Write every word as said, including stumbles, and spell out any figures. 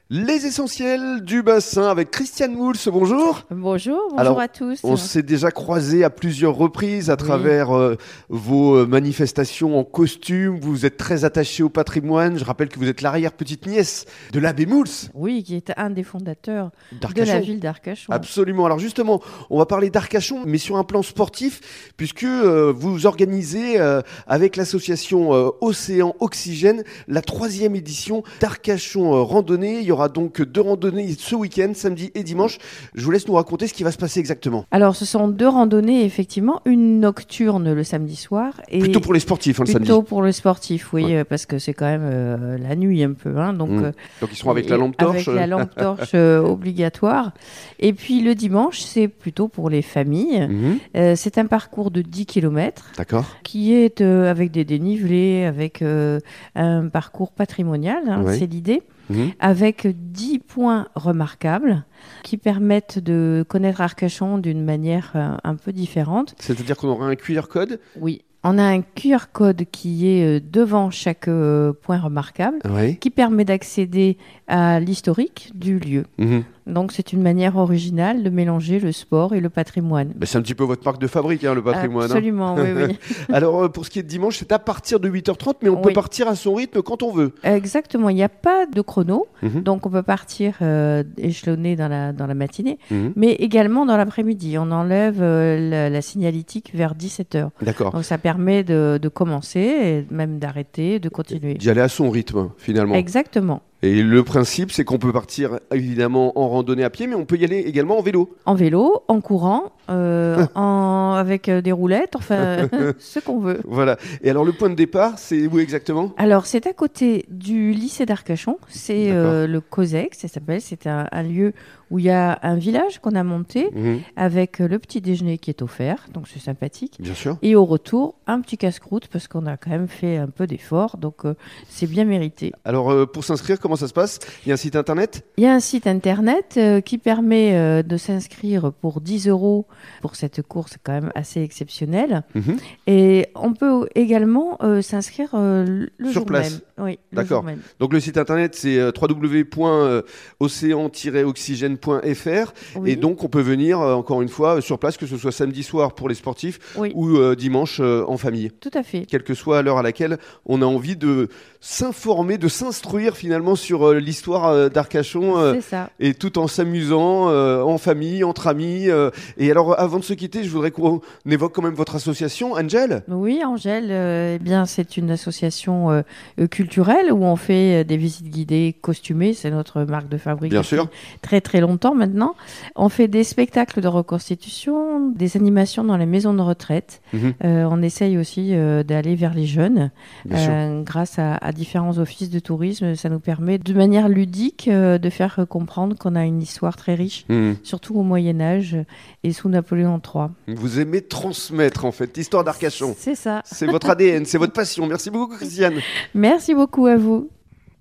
Les essentiels du bassin avec Christiane Mouls, bonjour. Bonjour, bonjour Alors, à tous. On s'est déjà croisés à plusieurs reprises à Oui. travers euh, vos manifestations en costume. Vous êtes très attachée au patrimoine. Je rappelle que vous êtes l'arrière-petite-nièce de l'abbé Mouls. Oui, qui est un des fondateurs de d'Arcachon. la ville d'Arcachon. Absolument. Alors justement, on va parler d'Arcachon, mais sur un plan sportif, puisque euh, vous organisez euh, avec l'association euh, Océan Oxygène la troisième édition d'Arcachon euh, Randonnée. Il y aura donc deux randonnées ce week-end, samedi et dimanche. Je vous laisse nous raconter ce qui va se passer exactement. Alors, ce sont deux randonnées, effectivement, une nocturne le samedi soir et Plutôt pour les sportifs, hein, le samedi. plutôt pour le sportif, oui, Ouais. euh, parce que c'est quand même euh, la nuit un peu, hein, donc. Mmh. euh, Donc ils seront avec et- la lampe torche. Avec la lampe torche euh, obligatoire. Et puis le dimanche, c'est plutôt pour les familles. Mhm. Euh, c'est un parcours de dix kilomètres. D'accord. Qui est euh, avec des dénivelés, avec euh, un parcours patrimonial, hein, Oui. c'est l'idée, Mhm. avec dix points remarquables qui permettent de connaître Arcachon d'une manière euh, un peu différente. C'est-à-dire qu'on aura un Q R code. Oui, on a un Q R code qui est euh, devant chaque euh, point remarquable, Oui. qui permet d'accéder à l'historique du lieu. Mhm. Donc c'est une manière originale de mélanger le sport et le patrimoine. Ben, c'est un petit peu votre marque de fabrique, hein, le patrimoine. hein. Absolument, oui, oui. Alors euh, pour ce qui est de dimanche, c'est à partir de huit heures trente, mais on peut Oui. partir à son rythme quand on veut. Exactement, il n'y a pas de chrono, Mhm. donc on peut partir euh, échelonné dans la, dans la matinée, Mhm. mais également dans l'après-midi. On enlève euh, la, la signalétique vers dix-sept heures. D'accord. Donc ça permet de, de commencer, et même d'arrêter, de continuer. D'y aller à son rythme, finalement. Exactement. Et le principe, c'est qu'on peut partir évidemment en randonnée à pied, mais on peut y aller également en vélo. En vélo, en courant, euh, en, avec euh, des roulettes, enfin ce qu'on veut. Voilà. Et alors le point de départ, c'est où exactement ? Alors, c'est à côté du lycée d'Arcachon. C'est euh, le COSEC, ça s'appelle. C'est un, un lieu où il y a un village qu'on a monté Mhm. avec euh, le petit déjeuner qui est offert. Donc, c'est sympathique. Bien sûr. Et au retour, un petit casse-croûte parce qu'on a quand même fait un peu d'efforts. Donc, euh, c'est bien mérité. Alors euh, pour s'inscrire, comment ça se passe ? Il y a un site internet ? Il y a un site internet euh, qui permet euh, de s'inscrire pour dix euros pour cette course quand même assez exceptionnelle. Mhm. Et on peut également euh, s'inscrire euh, le Sur jour place. même. Oui, le D'accord. jour même. Donc le site internet, c'est euh, w w w point océan tiret oxygène point f r. Oui. Et donc on peut venir, euh, encore une fois, euh, sur place, que ce soit samedi soir pour les sportifs Oui, ou euh, dimanche euh, en famille. tout à fait. Quelle que soit l'heure à laquelle on a envie de s'informer, de s'instruire finalement sur euh, l'histoire euh, d'Arcachon, euh, C'est ça. et tout en s'amusant, euh, en famille, entre amis. euh. Et alors, avant de se quitter, je voudrais qu'on évoque quand même votre association, Angel. Oui, Angèle, euh, eh bien, c'est une association euh, euh, culturelle où on fait euh, des visites guidées costumées. C'est notre marque de fabrique Bien depuis sûr. très très longtemps maintenant. On fait des spectacles de reconstitution, des animations dans les maisons de retraite. Mhm. Euh, on essaye aussi euh, d'aller vers les jeunes. Bien sûr. Euh, grâce à, à différents offices de tourisme, ça nous permet de manière ludique euh, de faire euh, comprendre qu'on a une histoire très riche, Mhm. surtout au Moyen-Âge et sous Napoléon trois. Vous aimez transmettre, en fait, l'histoire d'Arcachon. C'est ça. C'est votre A D N, c'est votre passion. Merci beaucoup, Christiane. Merci beaucoup à vous.